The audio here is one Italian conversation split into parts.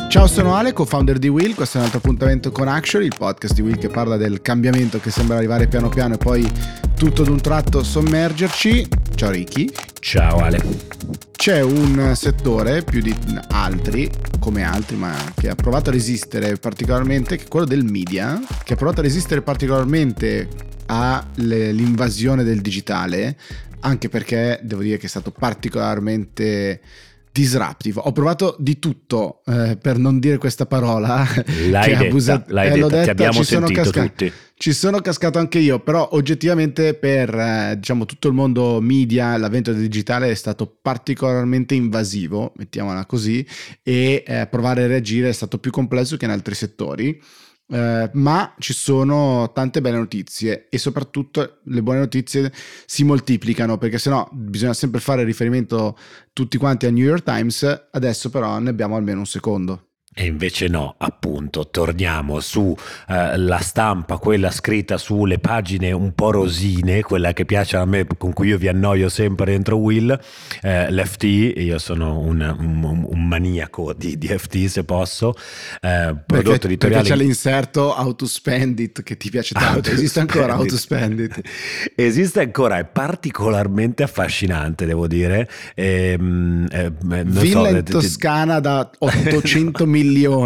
Ciao, sono Ale, co-founder di Will. Questo è un altro appuntamento con Action, il podcast di Will che parla del cambiamento che sembra arrivare piano piano e poi tutto d'un tratto sommergerci. Ciao Ricky. Ciao Ale. C'è un settore più di altri, come altri, ma che ha provato a resistere particolarmente, che è quello del media, che ha provato a resistere particolarmente all'invasione del digitale, anche perché devo dire che è stato particolarmente disruptive. Ho provato di tutto per non dire questa parola. L'hai detta, ti abbiamo sentito tutti. Ci sono cascato anche io, però oggettivamente per diciamo tutto il mondo media l'avvento del digitale è stato particolarmente invasivo, mettiamola così, e provare a reagire è stato più complesso che in altri settori. Ma ci sono tante belle notizie e soprattutto le buone notizie si moltiplicano, perché sennò bisogna sempre fare riferimento tutti quanti al New York Times. Adesso però ne abbiamo almeno un secondo. E invece no, appunto, torniamo su la stampa, quella scritta sulle pagine un po' rosine, quella che piace a me, con cui io vi annoio sempre dentro Will, l'FT. Io sono un maniaco di FT, se posso. Prodotto editoriale. Perché c'è l'inserto How to Spend It che ti piace tanto. Esiste ancora How to Spend It? Esiste ancora, è particolarmente affascinante, devo dire. Villa in Toscana da 800 milioni.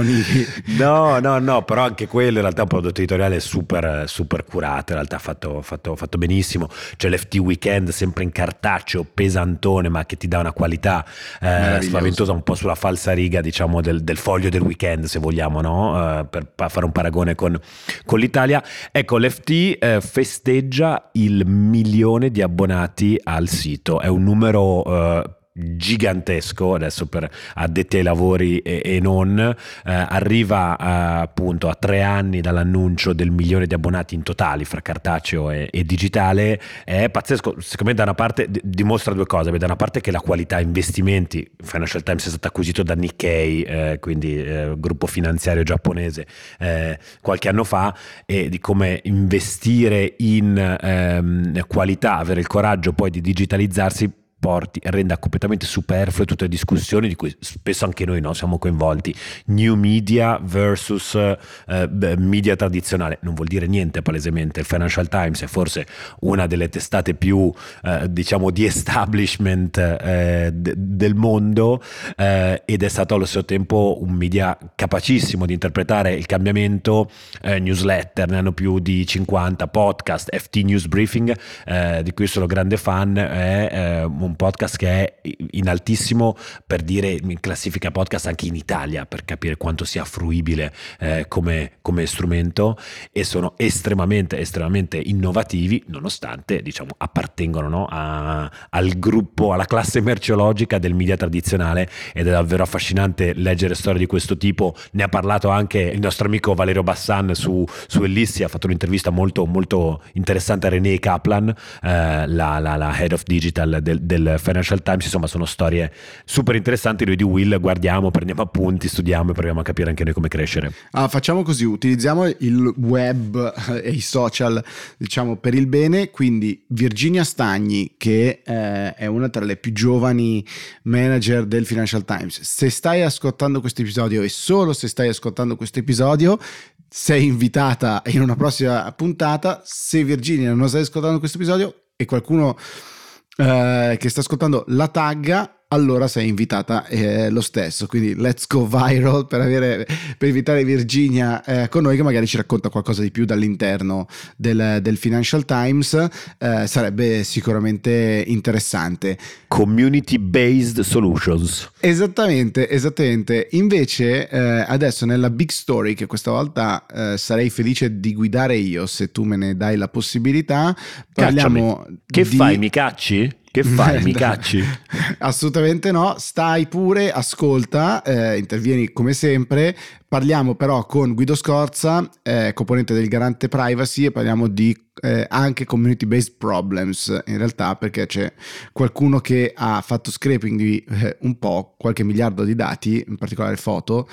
No, però anche quello in realtà è un prodotto editoriale super curato, in realtà fatto benissimo. C'è l'FT Weekend sempre in cartaceo, pesantone, ma che ti dà una qualità spaventosa, un po' sulla falsariga, diciamo, del foglio del weekend, se vogliamo, no? Per fare un paragone con l'Italia. Ecco, l'FT festeggia il 1 milione di abbonati al sito, è un numero gigantesco adesso per addetti ai lavori e non, arriva appunto a 3 anni dall'annuncio del 1 milione di abbonati in totali fra cartaceo e digitale. È pazzesco, secondo me da una parte dimostra due cose: da una parte che la qualità investimenti, Financial Times è stato acquisito da Nikkei, quindi gruppo finanziario giapponese, qualche anno fa, e di come investire in qualità, avere il coraggio poi di digitalizzarsi, renda completamente superflue tutte le discussioni di cui spesso anche noi siamo coinvolti. New media versus media tradizionale non vuol dire niente palesemente. Il Financial Times è forse una delle testate più diciamo di establishment del mondo, ed è stato allo stesso tempo un media capacissimo di interpretare il cambiamento. Newsletter, ne hanno più di 50, podcast, FT News Briefing, di cui sono grande fan, è un podcast che è in altissimo, per dire, in classifica podcast anche in Italia, per capire quanto sia fruibile come strumento, e sono estremamente innovativi, nonostante diciamo appartengono al gruppo, alla classe merceologica del media tradizionale, ed è davvero affascinante leggere storie di questo tipo. Ne ha parlato anche il nostro amico Valerio Bassan su Ellissi, ha fatto un'intervista molto interessante a René Kaplan, la Head of Digital del Financial Times. Insomma, sono storie super interessanti. Noi di Will guardiamo, prendiamo appunti, studiamo e proviamo a capire anche noi come crescere. Facciamo così, utilizziamo il web e i social, diciamo, per il bene. Quindi Virginia Stagni, che è una tra le più giovani manager del Financial Times, se stai ascoltando questo episodio, e solo se stai ascoltando questo episodio, sei invitata in una prossima puntata. Se Virginia non stai ascoltando questo episodio e qualcuno che sta ascoltando la tagga, allora sei invitata lo stesso. Quindi let's go viral per invitare Virginia con noi, che magari ci racconta qualcosa di più dall'interno del Financial Times. Sarebbe sicuramente interessante. Community based solutions. Esattamente. Invece adesso nella big story, che questa volta sarei felice di guidare io, se tu me ne dai la possibilità, parliamo. Che fai, mi cacci? Che fai, mi cacci? Assolutamente no, stai pure, ascolta, intervieni come sempre. Parliamo però con Guido Scorza, componente del Garante Privacy, e parliamo di anche community based problems, in realtà, perché c'è qualcuno che ha fatto scraping di qualche miliardo di dati, in particolare foto,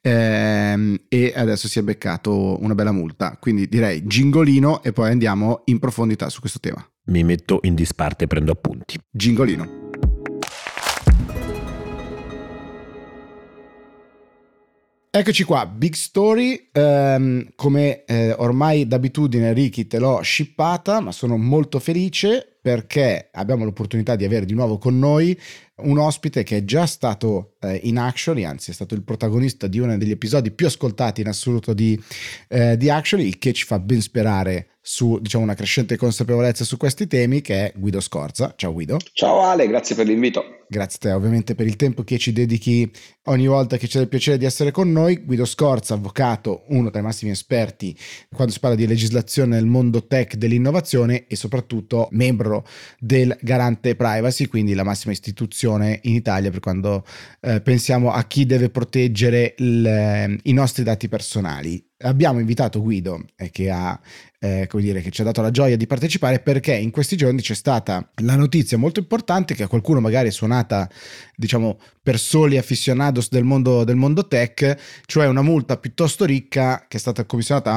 e adesso si è beccato una bella multa. Quindi direi gingolino e poi andiamo in profondità su questo tema. Mi metto in disparte e prendo appunti. Gingolino. Eccoci qua, Big Story, come ormai d'abitudine Ricky te l'ho shippata, ma sono molto felice perché abbiamo l'opportunità di avere di nuovo con noi un ospite che è già stato in Actually, anzi è stato il protagonista di uno degli episodi più ascoltati in assoluto di Actually, il che ci fa ben sperare su, diciamo, una crescente consapevolezza su questi temi, che è Guido Scorza. Ciao Guido. Ciao Ale, grazie per l'invito. Grazie a te ovviamente per il tempo che ci dedichi ogni volta che c'è il piacere di essere con noi. Guido Scorza, avvocato, uno tra i massimi esperti quando si parla di legislazione nel mondo tech dell'innovazione e soprattutto membro del Garante Privacy, quindi la massima istituzione in Italia per quando pensiamo a chi deve proteggere i nostri dati personali. Abbiamo invitato Guido che ha come dire, che ci ha dato la gioia di partecipare perché in questi giorni c'è stata la notizia molto importante che a qualcuno magari è suonata, diciamo, per soli aficionados del mondo tech, cioè una multa piuttosto ricca che è stata commissionata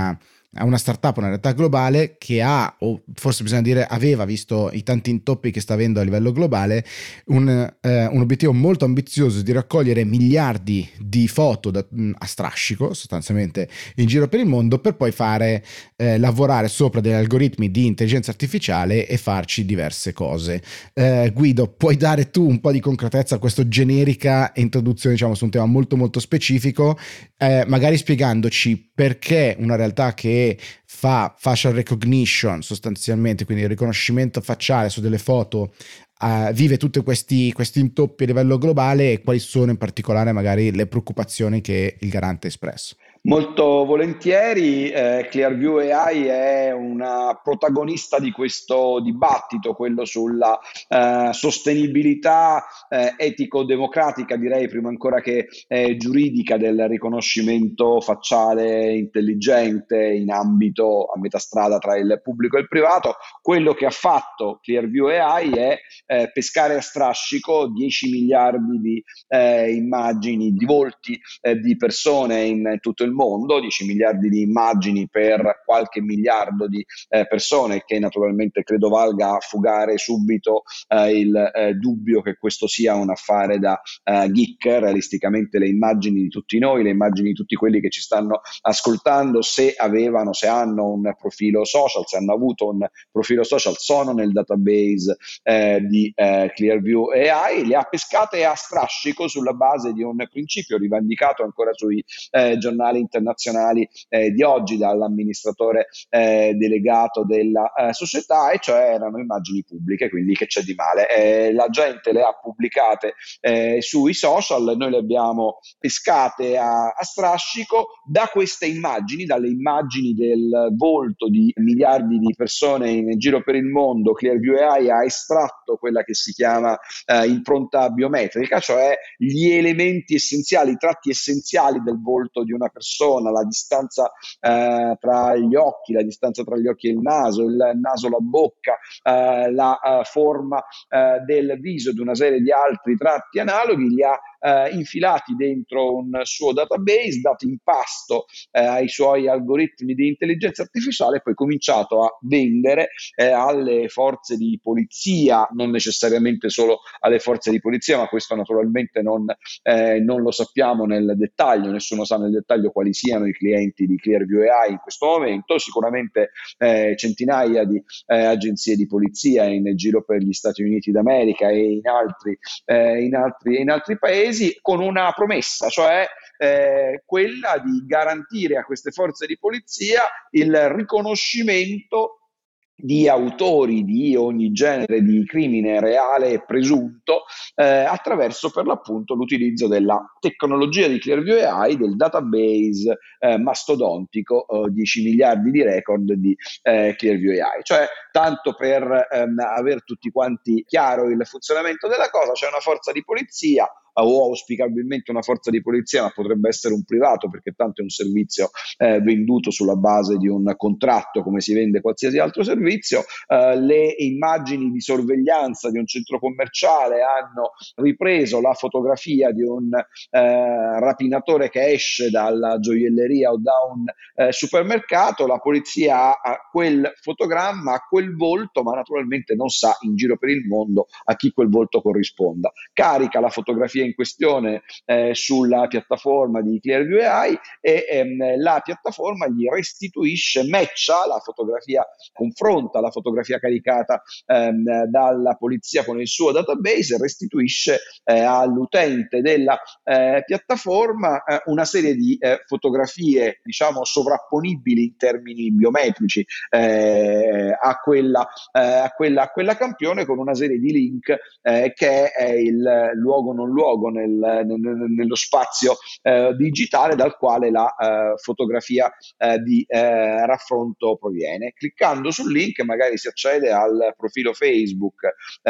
a una startup, una realtà globale che ha, o forse bisogna dire aveva, visto i tanti intoppi che sta avendo a livello globale, un obiettivo molto ambizioso di raccogliere miliardi di foto a strascico sostanzialmente in giro per il mondo per poi fare lavorare sopra degli algoritmi di intelligenza artificiale e farci diverse cose. Guido, puoi dare tu un po' di concretezza a questa generica introduzione, diciamo, su un tema molto molto specifico, magari spiegandoci perché una realtà che fa facial recognition sostanzialmente, quindi il riconoscimento facciale su delle foto, vive tutti questi intoppi a livello globale e quali sono in particolare magari le preoccupazioni che il Garante ha espresso. Molto volentieri, Clearview AI è una protagonista di questo dibattito, quello sulla sostenibilità etico-democratica, direi prima ancora che giuridica, del riconoscimento facciale intelligente in ambito a metà strada tra il pubblico e il privato. Quello che ha fatto Clearview AI è pescare a strascico 10 miliardi di immagini, di volti di persone in tutto il mondo, 10 miliardi di immagini per qualche miliardo di persone, che naturalmente credo valga a fugare subito il dubbio che questo sia un affare da geek. Realisticamente le immagini di tutti noi, le immagini di tutti quelli che ci stanno ascoltando, se hanno un profilo social, se hanno avuto un profilo social, sono nel database di Clearview AI, le ha pescate a strascico sulla base di un principio rivendicato ancora sui giornali internazionali di oggi dall'amministratore delegato della società, e cioè erano immagini pubbliche, quindi che c'è di male? La gente le ha pubblicate sui social, noi le abbiamo pescate a strascico. Da queste immagini, dalle immagini del volto di miliardi di persone in giro per il mondo, Clearview AI ha estratto quella che si chiama impronta biometrica, cioè gli elementi essenziali, i tratti essenziali del volto di una persona, la distanza tra gli occhi, la distanza tra gli occhi e il naso la bocca, la forma del viso, ed una serie di altri tratti analoghi, li ha infilati dentro un suo database, dati in pasto ai suoi algoritmi di intelligenza artificiale, e poi cominciato a vendere alle forze di polizia, non necessariamente solo alle forze di polizia, ma questo naturalmente non lo sappiamo nel dettaglio, nessuno sa nel dettaglio quali siano i clienti di Clearview AI in questo momento. Sicuramente centinaia di agenzie di polizia in giro per gli Stati Uniti d'America e in altri paesi, con una promessa, cioè quella di garantire a queste forze di polizia il riconoscimento di autori di ogni genere di crimine reale e presunto attraverso per l'appunto l'utilizzo della tecnologia di Clearview AI, del database mastodontico 10 miliardi di record di Clearview AI. Cioè, tanto per aver tutti quanti chiaro il funzionamento della cosa, c'è una forza di polizia o auspicabilmente una forza di polizia, ma potrebbe essere un privato, perché tanto è un servizio venduto sulla base di un contratto come si vende qualsiasi altro servizio. Le immagini di sorveglianza di un centro commerciale hanno ripreso la fotografia di un rapinatore che esce dalla gioielleria o da un supermercato. La polizia ha quel fotogramma, ha quel volto, ma naturalmente non sa in giro per il mondo a chi quel volto corrisponda. Carica la fotografia fotografia in questione sulla piattaforma di Clearview AI e la piattaforma gli restituisce, matcha la fotografia, confronta la fotografia caricata dalla polizia con il suo database e restituisce all'utente della piattaforma una serie di fotografie, diciamo, sovrapponibili in termini biometrici a quella campione, con una serie di link che è il luogo non luogo nello spazio digitale dal quale la fotografia di raffronto proviene. Cliccando sul link magari si accede al profilo Facebook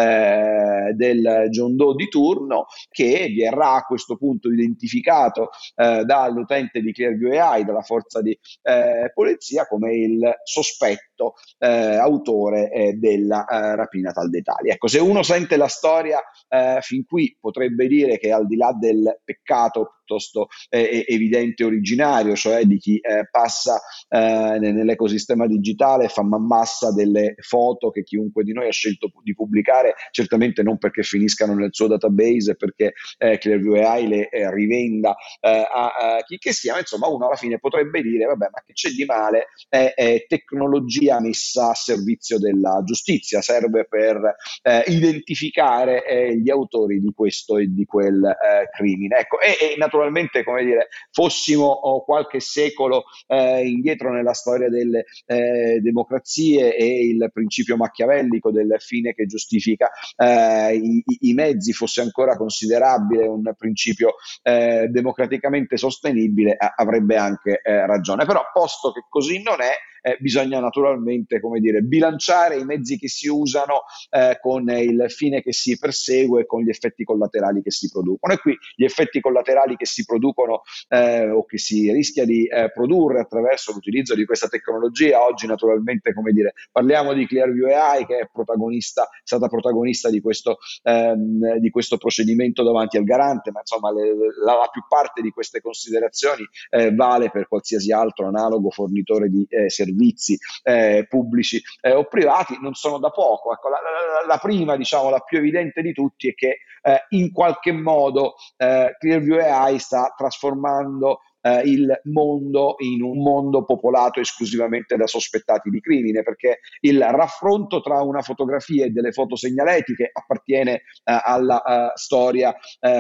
del John Doe di turno, che verrà a questo punto identificato dall'utente di Clearview AI, dalla forza di polizia, come il sospetto autore della rapina tal dei tali. Ecco, se uno sente la storia fin qui, potrebbe dire che al di là del peccato piuttosto evidente originario, cioè di chi passa nell'ecosistema digitale, fa man massa delle foto che chiunque di noi ha scelto di pubblicare, certamente non perché finiscano nel suo database, perché Clearview AI le rivenda a chi che sia, ma insomma uno alla fine potrebbe dire vabbè, ma che c'è di male, è tecnologia messa a servizio della giustizia, serve per identificare gli autori di questo e di quel crimine. Ecco, e naturalmente, come dire, fossimo qualche secolo indietro nella storia delle democrazie e il principio machiavellico del fine che giustifica i mezzi fosse ancora considerabile un principio democraticamente sostenibile, avrebbe anche ragione. Però, posto che così non è, bisogna naturalmente, come dire, bilanciare i mezzi che si usano con il fine che si persegue e con gli effetti collaterali che si producono. E qui gli effetti collaterali che si producono o che si rischia di produrre attraverso l'utilizzo di questa tecnologia, oggi naturalmente, come dire, parliamo di Clearview AI, che è stata protagonista di questo procedimento davanti al garante, ma insomma la più parte di queste considerazioni vale per qualsiasi altro analogo fornitore di servizi pubblici o privati. Non sono da poco. Ecco, la prima, diciamo, la più evidente di tutti è che in qualche modo Clearview AI sta trasformando il mondo in un mondo popolato esclusivamente da sospettati di crimine, perché il raffronto tra una fotografia e delle foto segnaletiche appartiene alla storia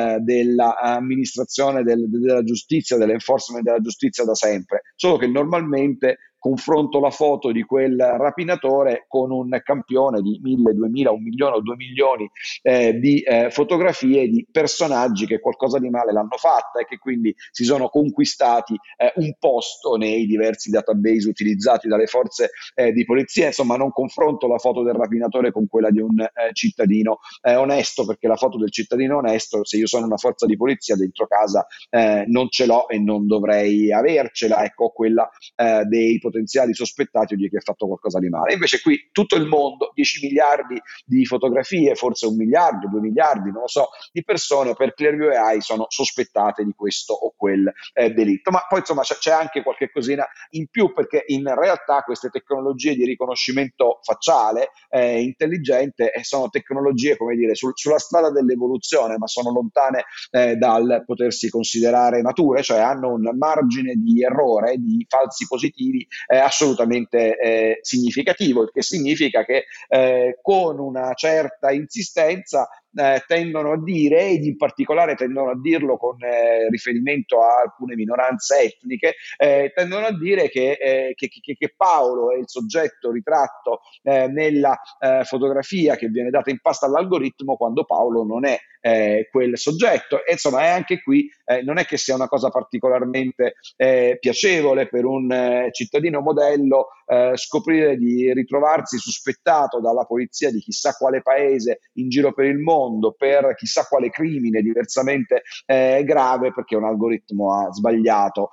dell'amministrazione della giustizia, dell'enforcement della giustizia da sempre, solo che normalmente confronto la foto di quel rapinatore con un campione di 1000, 2000, 1 milione o 2 milioni di fotografie di personaggi che qualcosa di male l'hanno fatta e che quindi si sono conquistati un posto nei diversi database utilizzati dalle forze di polizia. Insomma, non confronto la foto del rapinatore con quella di un cittadino onesto, perché la foto del cittadino onesto, se io sono una forza di polizia, dentro casa non ce l'ho e non dovrei avercela. Ecco, quella dei potenziali sospettati o di chi ha fatto qualcosa di male. Invece qui tutto il mondo, 10 miliardi di fotografie, forse 1 miliardo, 2 miliardi, non lo so, di persone per Clearview AI sono sospettate di questo o quel delitto. Ma poi insomma c'è anche qualche cosina in più, perché in realtà queste tecnologie di riconoscimento facciale intelligente sono tecnologie, come dire, sulla strada dell'evoluzione, ma sono lontane dal potersi considerare mature, cioè hanno un margine di errore, di falsi positivi assolutamente significativo, il che significa che con una certa insistenza tendono a dire, ed in particolare tendono a dirlo con riferimento a alcune minoranze etniche, tendono a dire che Paolo è il soggetto ritratto nella fotografia che viene data in pasto all'algoritmo, quando Paolo non è quel soggetto. E insomma, è anche qui non è che sia una cosa particolarmente piacevole per un cittadino modello scoprire di ritrovarsi sospettato dalla polizia di chissà quale paese in giro per il mondo per chissà quale crimine diversamente grave, perché un algoritmo ha sbagliato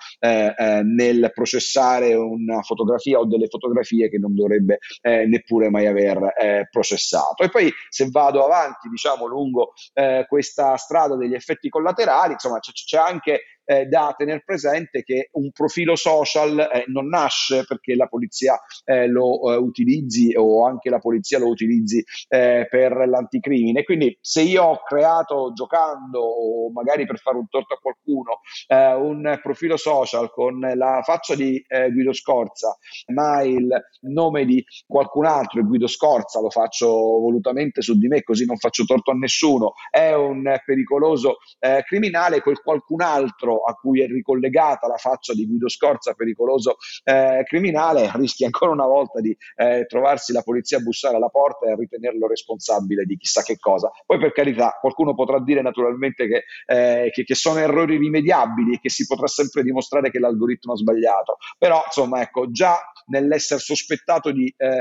nel processare una fotografia o delle fotografie che non dovrebbe neppure mai aver processato. E poi, se vado avanti, diciamo, lungo questa strada degli effetti collaterali, insomma c'è anche da tenere presente che un profilo social non nasce perché la polizia lo utilizzi, o anche la polizia lo utilizzi per l'anticrimine. Quindi se io ho creato, giocando o magari per fare un torto a qualcuno, un profilo social con la faccia di Guido Scorza ma il nome di qualcun altro, e Guido Scorza lo faccio volutamente su di me così non faccio torto a nessuno, è un pericoloso criminale, quel qualcun altro a cui è ricollegata la faccia di Guido Scorza, pericoloso criminale, rischia ancora una volta di trovarsi la polizia a bussare alla porta e a ritenerlo responsabile di chissà che cosa. Poi, per carità, qualcuno potrà dire naturalmente che sono errori rimediabili e che si potrà sempre dimostrare che l'algoritmo ha sbagliato, però insomma, ecco, già nell'essere sospettato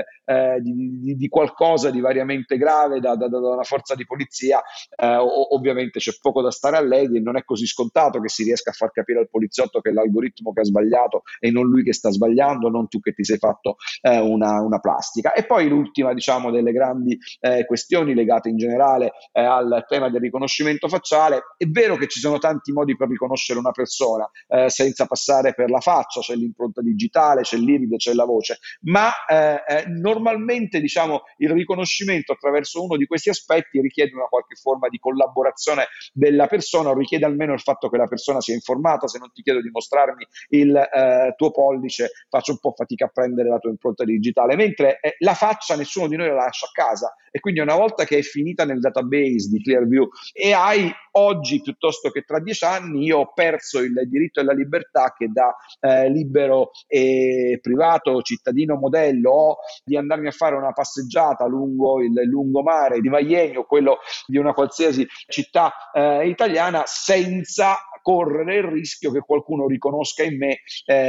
di qualcosa di variamente grave da una forza di polizia, ovviamente c'è poco da stare allegri, e non è così scontato che si riesca a far capire al poliziotto che è l'algoritmo che ha sbagliato e non lui che sta sbagliando, non tu che ti sei fatto una plastica. E poi l'ultima, diciamo, delle grandi questioni legate in generale al tema del riconoscimento facciale: è vero che ci sono tanti modi per riconoscere una persona senza passare per la faccia, c'è l'impronta digitale, c'è l'iride, c'è la voce, ma normalmente, diciamo, il riconoscimento attraverso uno di questi aspetti richiede una qualche forma di collaborazione della persona, o richiede almeno il fatto che la persona sia informata. Se non ti chiedo di mostrarmi il tuo pollice, faccio un po' fatica a prendere la tua impronta digitale, mentre la faccia nessuno di noi la lascia a casa, e quindi una volta che è finita nel database di Clearview e hai oggi piuttosto che tra 10 anni, io ho perso il diritto e la libertà che da libero e privato cittadino modello ho di andarmi a fare una passeggiata lungo il lungomare di Miami o quello di una qualsiasi città italiana, senza correre il rischio che qualcuno riconosca in me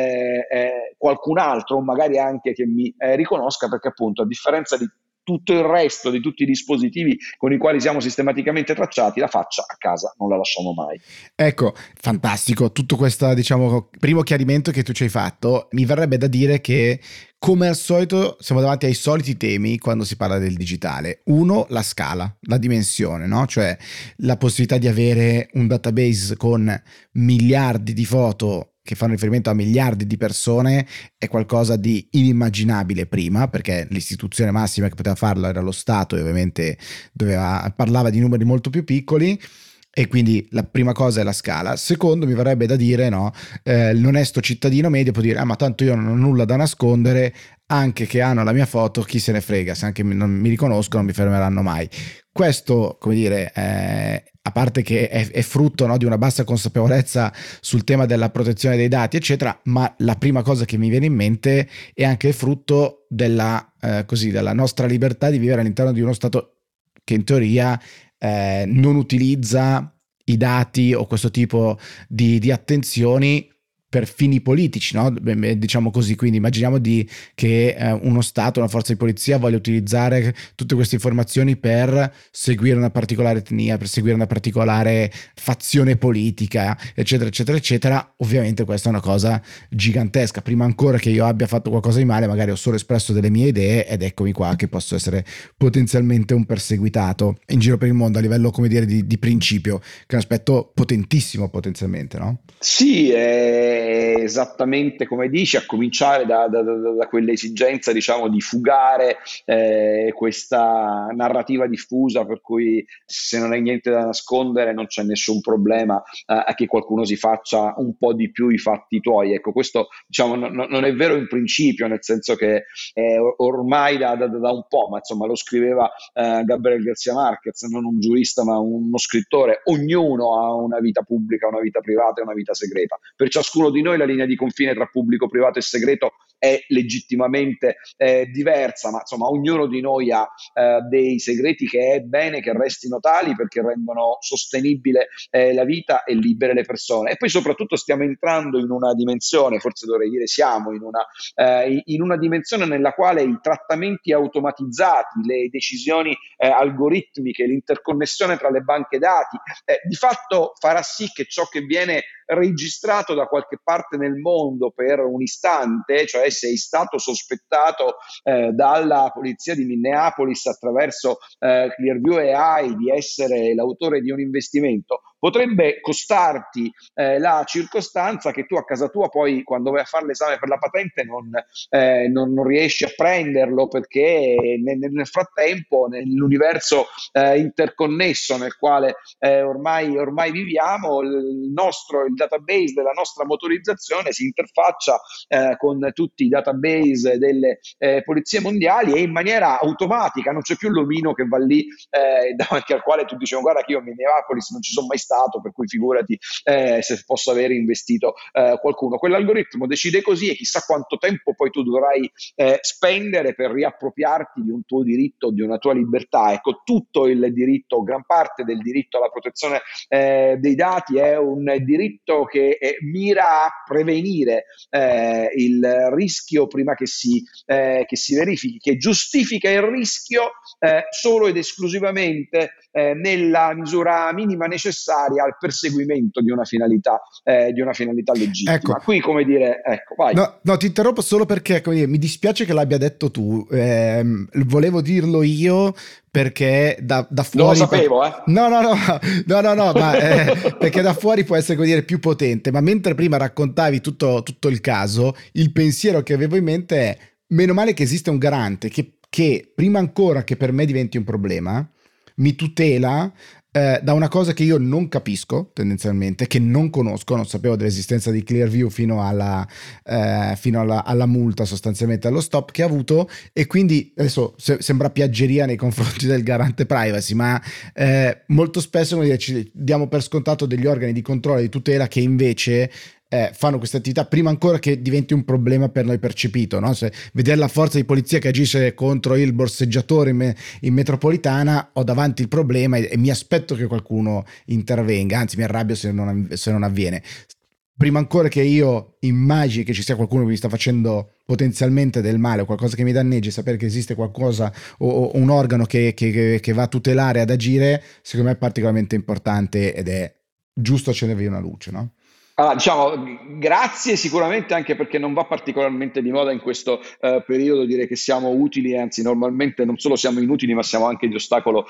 qualcun altro, magari anche che mi riconosca, perché appunto, a differenza di tutto il resto, di tutti i dispositivi con i quali siamo sistematicamente tracciati, la faccia a casa non la lasciamo mai. Ecco, fantastico, tutto questo, diciamo, primo chiarimento che tu ci hai fatto. Mi verrebbe da dire che, come al solito, siamo davanti ai soliti temi quando si parla del digitale. Uno, la scala, la dimensione, no? Cioè la possibilità di avere un database con miliardi di foto che fanno riferimento a miliardi di persone è qualcosa di inimmaginabile prima, perché l'istituzione massima che poteva farlo era lo Stato, e ovviamente parlava di numeri molto più piccoli. E quindi la prima cosa è la scala. Secondo, mi verrebbe da dire, no, l'onesto cittadino medio può dire: ma tanto io non ho nulla da nascondere, anche che hanno la mia foto, chi se ne frega, se anche non mi riconoscono non mi fermeranno mai. Questo, come dire, a parte che è frutto, no, di una bassa consapevolezza sul tema della protezione dei dati, eccetera, ma la prima cosa che mi viene in mente è anche il frutto della nostra libertà di vivere all'interno di uno Stato che in teoria non utilizza i dati o questo tipo di attenzioni per fini politici, no? Diciamo così. Quindi immaginiamo che uno Stato, una forza di polizia voglia utilizzare tutte queste informazioni per seguire una particolare etnia, per seguire una particolare fazione politica, eccetera, eccetera, eccetera. Ovviamente questa è una cosa gigantesca. Prima ancora che io abbia fatto qualcosa di male, magari ho solo espresso delle mie idee ed eccomi qua che posso essere potenzialmente un perseguitato in giro per il mondo a livello, come dire, di principio, che è un aspetto potentissimo potenzialmente, no? Sì, è esattamente come dici, a cominciare da quell'esigenza, diciamo, di fugare questa narrativa diffusa per cui se non hai niente da nascondere non c'è nessun problema a che qualcuno si faccia un po' di più i fatti tuoi. Ecco, questo, diciamo, non è vero in principio, nel senso che ormai da un po', ma insomma lo scriveva Gabriel García Márquez, non un giurista ma uno scrittore: ognuno ha una vita pubblica, una vita privata e una vita segreta. Per ciascuno di noi la linea di confine tra pubblico, privato e segreto è legittimamente diversa, ma insomma ognuno di noi ha dei segreti che è bene che restino tali, perché rendono sostenibile la vita e libere le persone. E poi soprattutto stiamo entrando in una dimensione, forse dovrei dire siamo in una dimensione nella quale i trattamenti automatizzati, le decisioni algoritmiche, l'interconnessione tra le banche dati di fatto farà sì che ciò che viene registrato da qualche parte nel mondo per un istante, cioè sei stato sospettato dalla polizia di Minneapolis attraverso Clearview AI di essere l'autore di un investimento, potrebbe costarti la circostanza che tu a casa tua poi quando vai a fare l'esame per la patente non riesci a prenderlo perché nel frattempo nell'universo interconnesso nel quale ormai viviamo, il database della nostra motorizzazione si interfaccia con tutti i database delle polizie mondiali e in maniera automatica, non c'è più l'omino che va lì davanti al quale tu dici guarda che io a Minneapolis non ci sono mai stato, per cui figurati se posso aver investito qualcuno. Quell'algoritmo decide così e chissà quanto tempo poi tu dovrai spendere per riappropriarti di un tuo diritto, di una tua libertà. Ecco, tutto il diritto, gran parte del diritto alla protezione dei dati è un diritto che mira a prevenire il rischio prima che si verifichi, che giustifica il rischio solo ed esclusivamente nella misura minima necessaria al perseguimento di una finalità legittima. Ecco. Qui, come dire, ecco, vai. No, ti interrompo solo perché come dire, mi dispiace che l'abbia detto tu, volevo dirlo io perché da fuori... Non lo sapevo, No, ma perché da fuori può essere, come dire, più potente, ma mentre prima raccontavi tutto il caso, il pensiero che avevo in mente è: meno male che esiste un garante che prima ancora che per me diventi un problema, mi tutela da una cosa che io non capisco tendenzialmente, che non conosco, non sapevo dell'esistenza di Clearview fino alla multa, sostanzialmente allo stop che ha avuto, e quindi adesso sembra piaggeria nei confronti del garante privacy, ma molto spesso, come dire, ci diamo per scontato degli organi di controllo e di tutela che invece fanno questa attività prima ancora che diventi un problema per noi percepito, no? Se vedere la forza di polizia che agisce contro il borseggiatore in metropolitana, ho davanti il problema e mi aspetto che qualcuno intervenga, anzi mi arrabbio se non avviene. Prima ancora che io immagini che ci sia qualcuno che mi sta facendo potenzialmente del male o qualcosa che mi danneggi, sapere che esiste qualcosa o un organo che va a tutelare, ad agire, secondo me è particolarmente importante ed è giusto accendervi una luce, no? Allora, diciamo, grazie sicuramente anche perché non va particolarmente di moda in questo periodo dire che siamo utili, anzi normalmente non solo siamo inutili ma siamo anche di ostacolo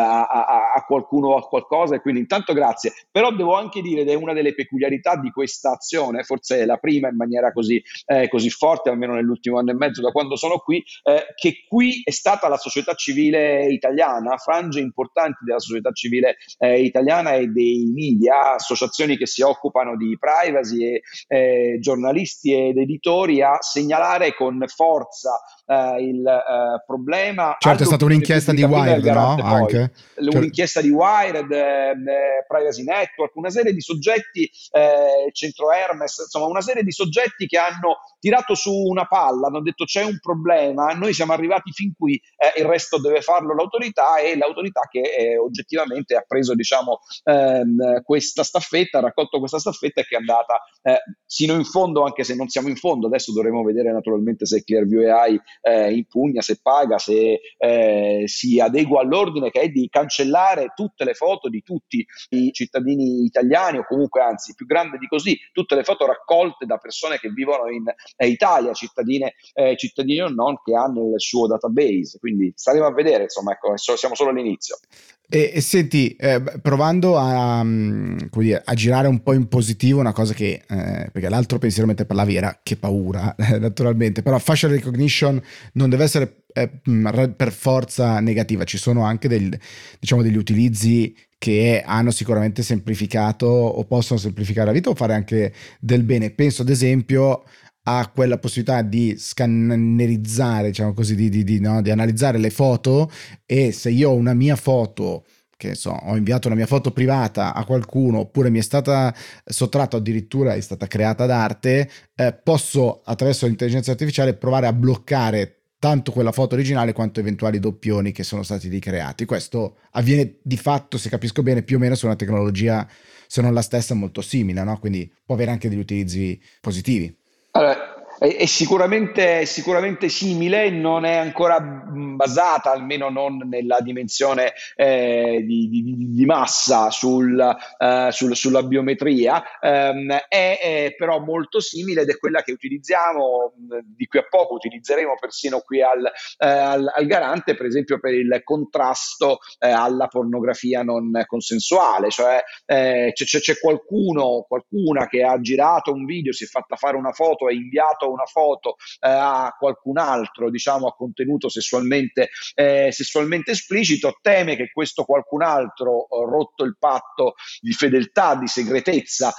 a qualcuno o a qualcosa, e quindi intanto grazie. Però devo anche dire, ed è una delle peculiarità di questa azione, forse è la prima in maniera così forte, almeno nell'ultimo anno e mezzo da quando sono qui, che qui è stata la società civile italiana, frange importanti della società civile italiana e dei media, associazioni che si occupano di privacy e giornalisti ed editori a segnalare con forza il problema. Certo, è stata un'inchiesta di Wired, no? Anche Un'inchiesta di Wired, Privacy Network, una serie di soggetti, Centro Hermes, insomma una serie di soggetti che hanno tirato su una palla, hanno detto c'è un problema, noi siamo arrivati fin qui, il resto deve farlo l'autorità, e l'autorità che oggettivamente ha preso, diciamo, questa staffetta, ha raccolto questa staffetta e che è andata sino in fondo, anche se non siamo in fondo. Adesso dovremo vedere naturalmente se Clearview AI impugna, se paga, se si adegua all'ordine che è di cancellare tutte le foto di tutti i cittadini italiani, o comunque, anzi, più grande di così, tutte le foto raccolte da persone che vivono in Italia, cittadini o non, che hanno il suo database. Quindi staremo a vedere, insomma, ecco, siamo solo all'inizio. E senti, provando a girare un po' in positivo una cosa che, perché l'altro pensiero mentre parlavi era che paura, naturalmente, però facial recognition non deve essere per forza negativa, ci sono anche degli utilizzi che hanno sicuramente semplificato o possono semplificare la vita o fare anche del bene. Penso ad esempio a quella possibilità di scannerizzare, diciamo così, di analizzare le foto, e se io ho una mia foto, che so, ho inviato una mia foto privata a qualcuno, oppure mi è stata sottratta, addirittura è stata creata d'arte, posso attraverso l'intelligenza artificiale provare a bloccare tanto quella foto originale quanto eventuali doppioni che sono stati ricreati. Questo avviene di fatto, se capisco bene, più o meno su una tecnologia, se non la stessa, molto simile, no? Quindi può avere anche degli utilizzi positivi. Allora, È sicuramente simile, non è ancora basata, almeno non nella dimensione di massa sulla biometria, è però molto simile ed è quella che utilizziamo, di qui a poco utilizzeremo persino qui al Garante, per esempio per il contrasto alla pornografia non consensuale, cioè c'è qualcuna che ha girato un video, si è fatta fare una foto, ha inviato una foto a qualcun altro, diciamo a contenuto sessualmente esplicito, teme che questo qualcun altro, rotto il patto di fedeltà, di segretezza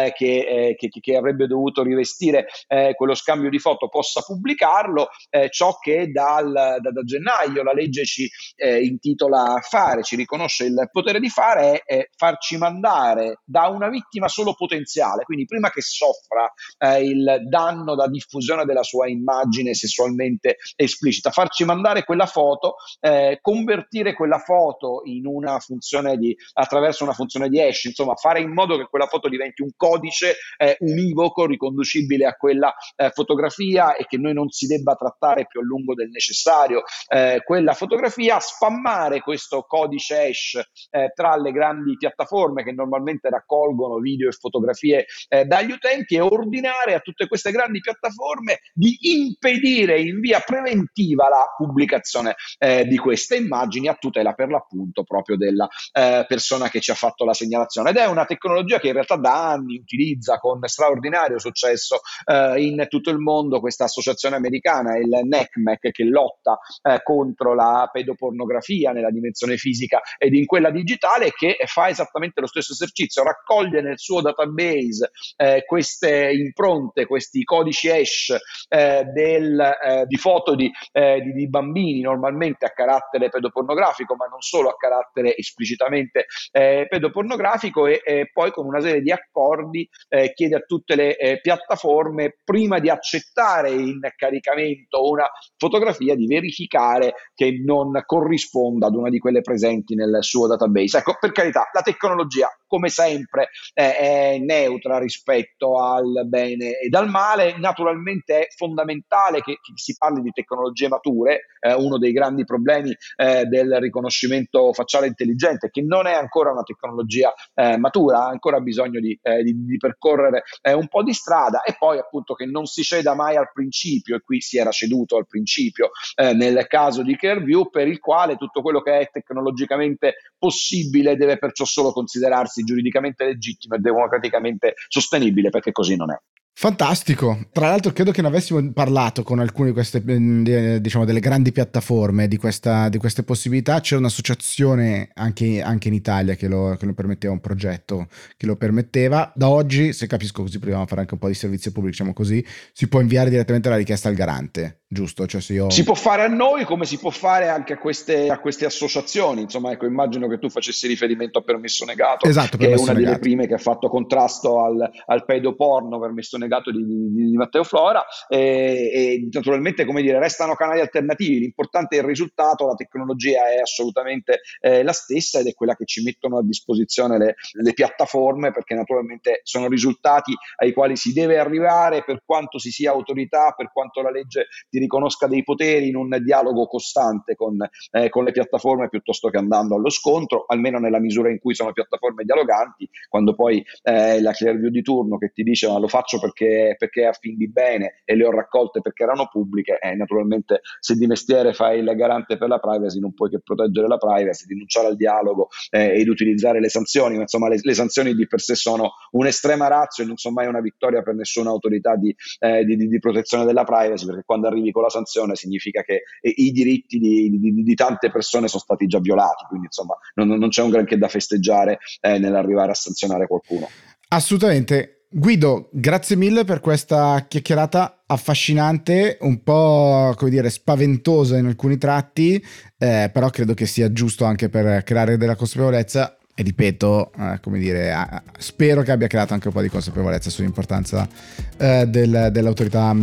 che avrebbe dovuto rivestire quello scambio di foto, possa pubblicarlo. Ciò che da gennaio la legge ci intitola fare, ci riconosce il potere di fare, è farci mandare da una vittima solo potenziale, quindi prima che soffra il danno da diffusione della sua immagine sessualmente esplicita, farci mandare quella foto, convertire quella foto in una funzione attraverso una funzione di hash, insomma fare in modo che quella foto diventi un codice univoco riconducibile a quella fotografia e che noi non si debba trattare più a lungo del necessario quella fotografia, spammare questo codice hash tra le grandi piattaforme che normalmente raccolgono video e fotografie dagli utenti, e ordinare a tutte queste grandi piattaforme di impedire in via preventiva la pubblicazione di queste immagini, a tutela per l'appunto proprio della persona che ci ha fatto la segnalazione. Ed è una tecnologia che in realtà da anni utilizza con straordinario successo in tutto il mondo questa associazione americana, il NECMEC, che lotta contro la pedopornografia nella dimensione fisica ed in quella digitale, che fa esattamente lo stesso esercizio, raccoglie nel suo database queste impronte, questi codici hash di foto di bambini, normalmente a carattere pedopornografico, ma non solo, a carattere esplicitamente pedopornografico, e poi con una serie di accordi chiede a tutte le piattaforme, prima di accettare in caricamento una fotografia, di verificare che non corrisponda ad una di quelle presenti nel suo database. Ecco, per carità, la tecnologia come sempre è neutra rispetto al bene e al male. Naturalmente è fondamentale che si parli di tecnologie mature. Uno dei grandi problemi del riconoscimento facciale intelligente, che non è ancora una tecnologia matura, ha ancora bisogno di percorrere un po' di strada, e poi appunto che non si ceda mai al principio, e qui si era ceduto al principio nel caso di Clearview, per il quale tutto quello che è tecnologicamente possibile deve perciò solo considerarsi giuridicamente legittimo e democraticamente sostenibile, perché così non è. Fantastico. Tra l'altro credo che ne avessimo parlato con alcune di queste, diciamo, delle grandi piattaforme di queste possibilità. C'è un'associazione anche in Italia che lo permetteva, un progetto che lo permetteva. Da oggi, se capisco così, proviamo a fare anche un po' di servizio pubblico, diciamo così, si può inviare direttamente la richiesta al Garante, giusto? Cioè, se io... Si può fare a noi, come si può fare anche a queste associazioni. Insomma, ecco, immagino che tu facessi riferimento a Permesso Negato, esatto, che è Permesso una Negato, delle prime che ha fatto contrasto al pedoporno, Permesso Negato di Matteo Flora, e naturalmente, come dire, restano canali alternativi. L'importante è il risultato, la tecnologia è assolutamente la stessa, ed è quella che ci mettono a disposizione le piattaforme, perché naturalmente sono risultati ai quali si deve arrivare, per quanto si sia autorità, per quanto la legge ti riconosca dei poteri, in un dialogo costante con le piattaforme, piuttosto che andando allo scontro, almeno nella misura in cui sono piattaforme dialoganti. Quando poi la Clearview di turno che ti dice ma lo faccio perché è a fin di bene e le ho raccolte perché erano pubbliche, naturalmente se di mestiere fai il garante per la privacy non puoi che proteggere la privacy, rinunciare al dialogo ed utilizzare le sanzioni. Ma insomma le sanzioni di per sé sono un'estrema ratio e non sono mai una vittoria per nessuna autorità di protezione della privacy, perché quando arrivi con la sanzione significa che i diritti di tante persone sono stati già violati, quindi insomma non c'è un granché da festeggiare nell'arrivare a sanzionare qualcuno. Assolutamente. Guido, grazie mille per questa chiacchierata affascinante, un po', come dire, spaventosa in alcuni tratti, però credo che sia giusto anche per creare della consapevolezza. E ripeto, come dire, spero che abbia creato anche un po' di consapevolezza sull'importanza dell'autorità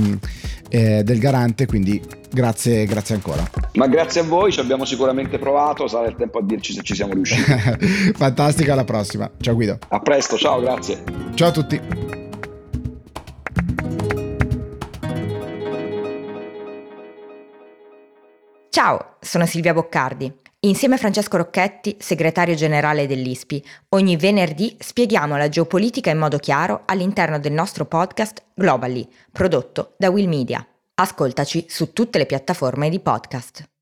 del Garante, quindi grazie ancora. Ma grazie a voi, ci abbiamo sicuramente provato, sarà il tempo a dirci se ci siamo riusciti. Fantastica, alla prossima. Ciao Guido. A presto, ciao, grazie. Ciao a tutti. Ciao, sono Silvia Boccardi. Insieme a Francesco Rocchetti, segretario generale dell'ISPI, ogni venerdì spieghiamo la geopolitica in modo chiaro all'interno del nostro podcast Globally, prodotto da Will Media. Ascoltaci su tutte le piattaforme di podcast.